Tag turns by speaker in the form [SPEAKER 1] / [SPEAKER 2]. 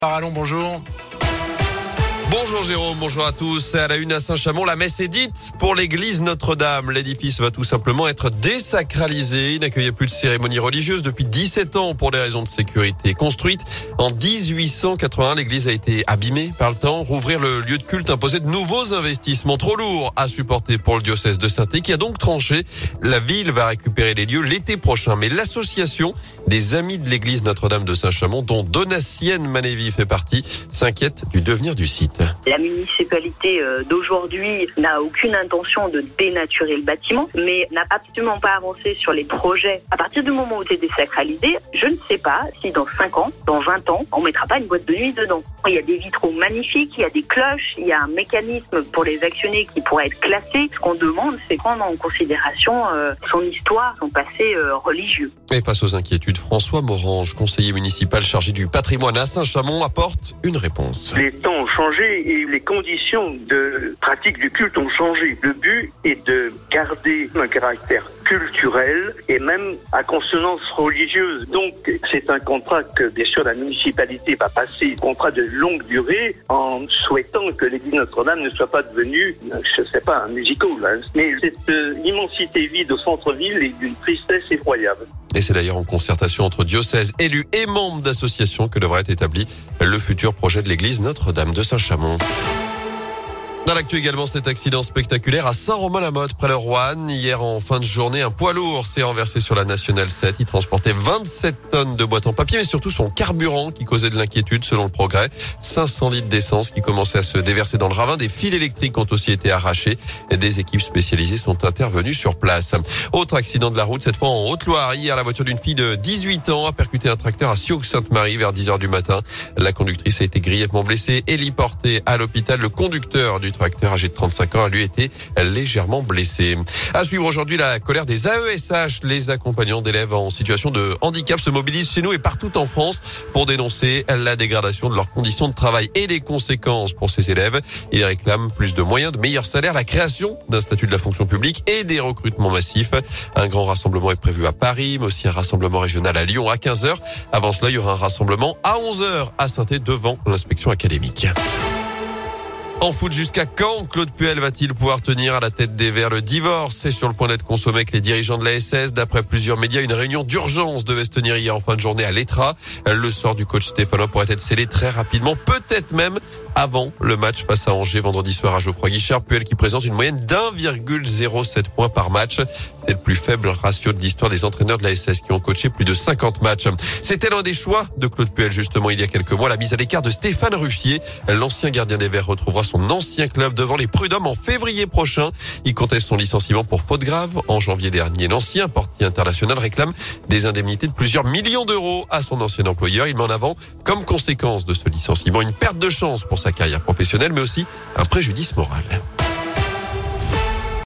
[SPEAKER 1] Parallons, bonjour.
[SPEAKER 2] Bonjour Jérôme, bonjour à tous. À la une à Saint-Chamond, la messe est dite pour l'église Notre-Dame. L'édifice va tout simplement être désacralisé. Il n'accueillait plus de cérémonie religieuse depuis 17 ans pour des raisons de sécurité. Construite en 1881, l'église a été abîmée par le temps. Rouvrir le lieu de culte imposait de nouveaux investissements trop lourds à supporter pour le diocèse de Saint-Étienne qui a donc tranché. La ville va récupérer les lieux l'été prochain. Mais l'association des Amis de l'église Notre-Dame de Saint-Chamond, dont Donatienne Manévy fait partie, s'inquiète du devenir du site.
[SPEAKER 3] La municipalité d'aujourd'hui n'a aucune intention de dénaturer le bâtiment, mais n'a absolument pas avancé sur les projets. À partir du moment où c'est désacralisé, je ne sais pas si dans 5 ans, dans 20 ans, on mettra pas une boîte de nuit dedans. Il y a des vitraux magnifiques, il y a des cloches, il y a un mécanisme pour les actionner qui pourrait être classé. Ce qu'on demande, c'est prendre en considération son histoire, son passé religieux.
[SPEAKER 2] Et face aux inquiétudes, François Morange, conseiller municipal chargé du patrimoine à Saint-Chamond, apporte une réponse.
[SPEAKER 4] Les temps ont changé et les conditions de pratique du culte ont changé. Le but est de garder un caractère culturel et même à consonance religieuse. Donc c'est un contrat que bien sûr la municipalité va passer, un contrat de longue durée, en souhaitant que l'église Notre-Dame ne soit pas devenue, je sais pas, un musical. Mais cette immensité vide au centre-ville est d'une tristesse effroyable.
[SPEAKER 2] Et c'est d'ailleurs en concertation entre diocèses, élus et membres d'associations que devrait être établi le futur projet de l'église Notre-Dame de Saint-Chamond. Dans l'actu également, cet accident spectaculaire à Saint-Romain-la-Motte, près de Roanne. Hier, en fin de journée, un poids lourd s'est renversé sur la Nationale 7. Il transportait 27 tonnes de boîtes en papier, mais surtout son carburant qui causait de l'inquiétude selon le Progrès. 500 litres d'essence qui commençaient à se déverser dans le ravin. Des fils électriques ont aussi été arrachés. Des équipes spécialisées sont intervenues sur place. Autre accident de la route, cette fois en Haute-Loire. Hier, la voiture d'une fille de 18 ans a percuté un tracteur à Sioux-Sainte-Marie vers 10h du matin. La conductrice a été grièvement blessée, héliportée à l'hôpital. Le conducteur du tracteur âgé de 35 ans a lui été légèrement blessé. À suivre aujourd'hui, la colère des AESH. Les accompagnants d'élèves en situation de handicap se mobilisent chez nous et partout en France pour dénoncer la dégradation de leurs conditions de travail et les conséquences pour ces élèves. Ils réclament plus de moyens, de meilleurs salaires, la création d'un statut de la fonction publique et des recrutements massifs. Un grand rassemblement est prévu à Paris, mais aussi un rassemblement régional à Lyon à 15h. Avant cela, il y aura un rassemblement à 11h à Saint-Étienne devant l'inspection académique. En foot, jusqu'à quand Claude Puel va-t-il pouvoir tenir à la tête des Verts? Le divorce est sur le point d'être consommé avec les dirigeants de la SS. D'après plusieurs médias, une réunion d'urgence devait se tenir hier en fin de journée à l'Etra. Le sort du coach stéphanois pourrait être scellé très rapidement, peut-être même avant le match face à Angers vendredi soir à Geoffroy-Guichard. Puel qui présente une moyenne d'1,07 points par match. C'est le plus faible ratio de l'histoire des entraîneurs de la SS qui ont coaché plus de 50 matchs. C'était l'un des choix de Claude Puel justement il y a quelques mois. La mise à l'écart de Stéphane Ruffier. L'ancien gardien des Verts retrouvera son ancien club devant les Prud'hommes en février prochain. Il conteste son licenciement pour faute grave en janvier dernier. L'ancien portier international réclame des indemnités de plusieurs millions d'euros à son ancien employeur. Il met en avant comme conséquence de ce licenciement une perte de chance pour sa carrière professionnelle mais aussi un préjudice moral.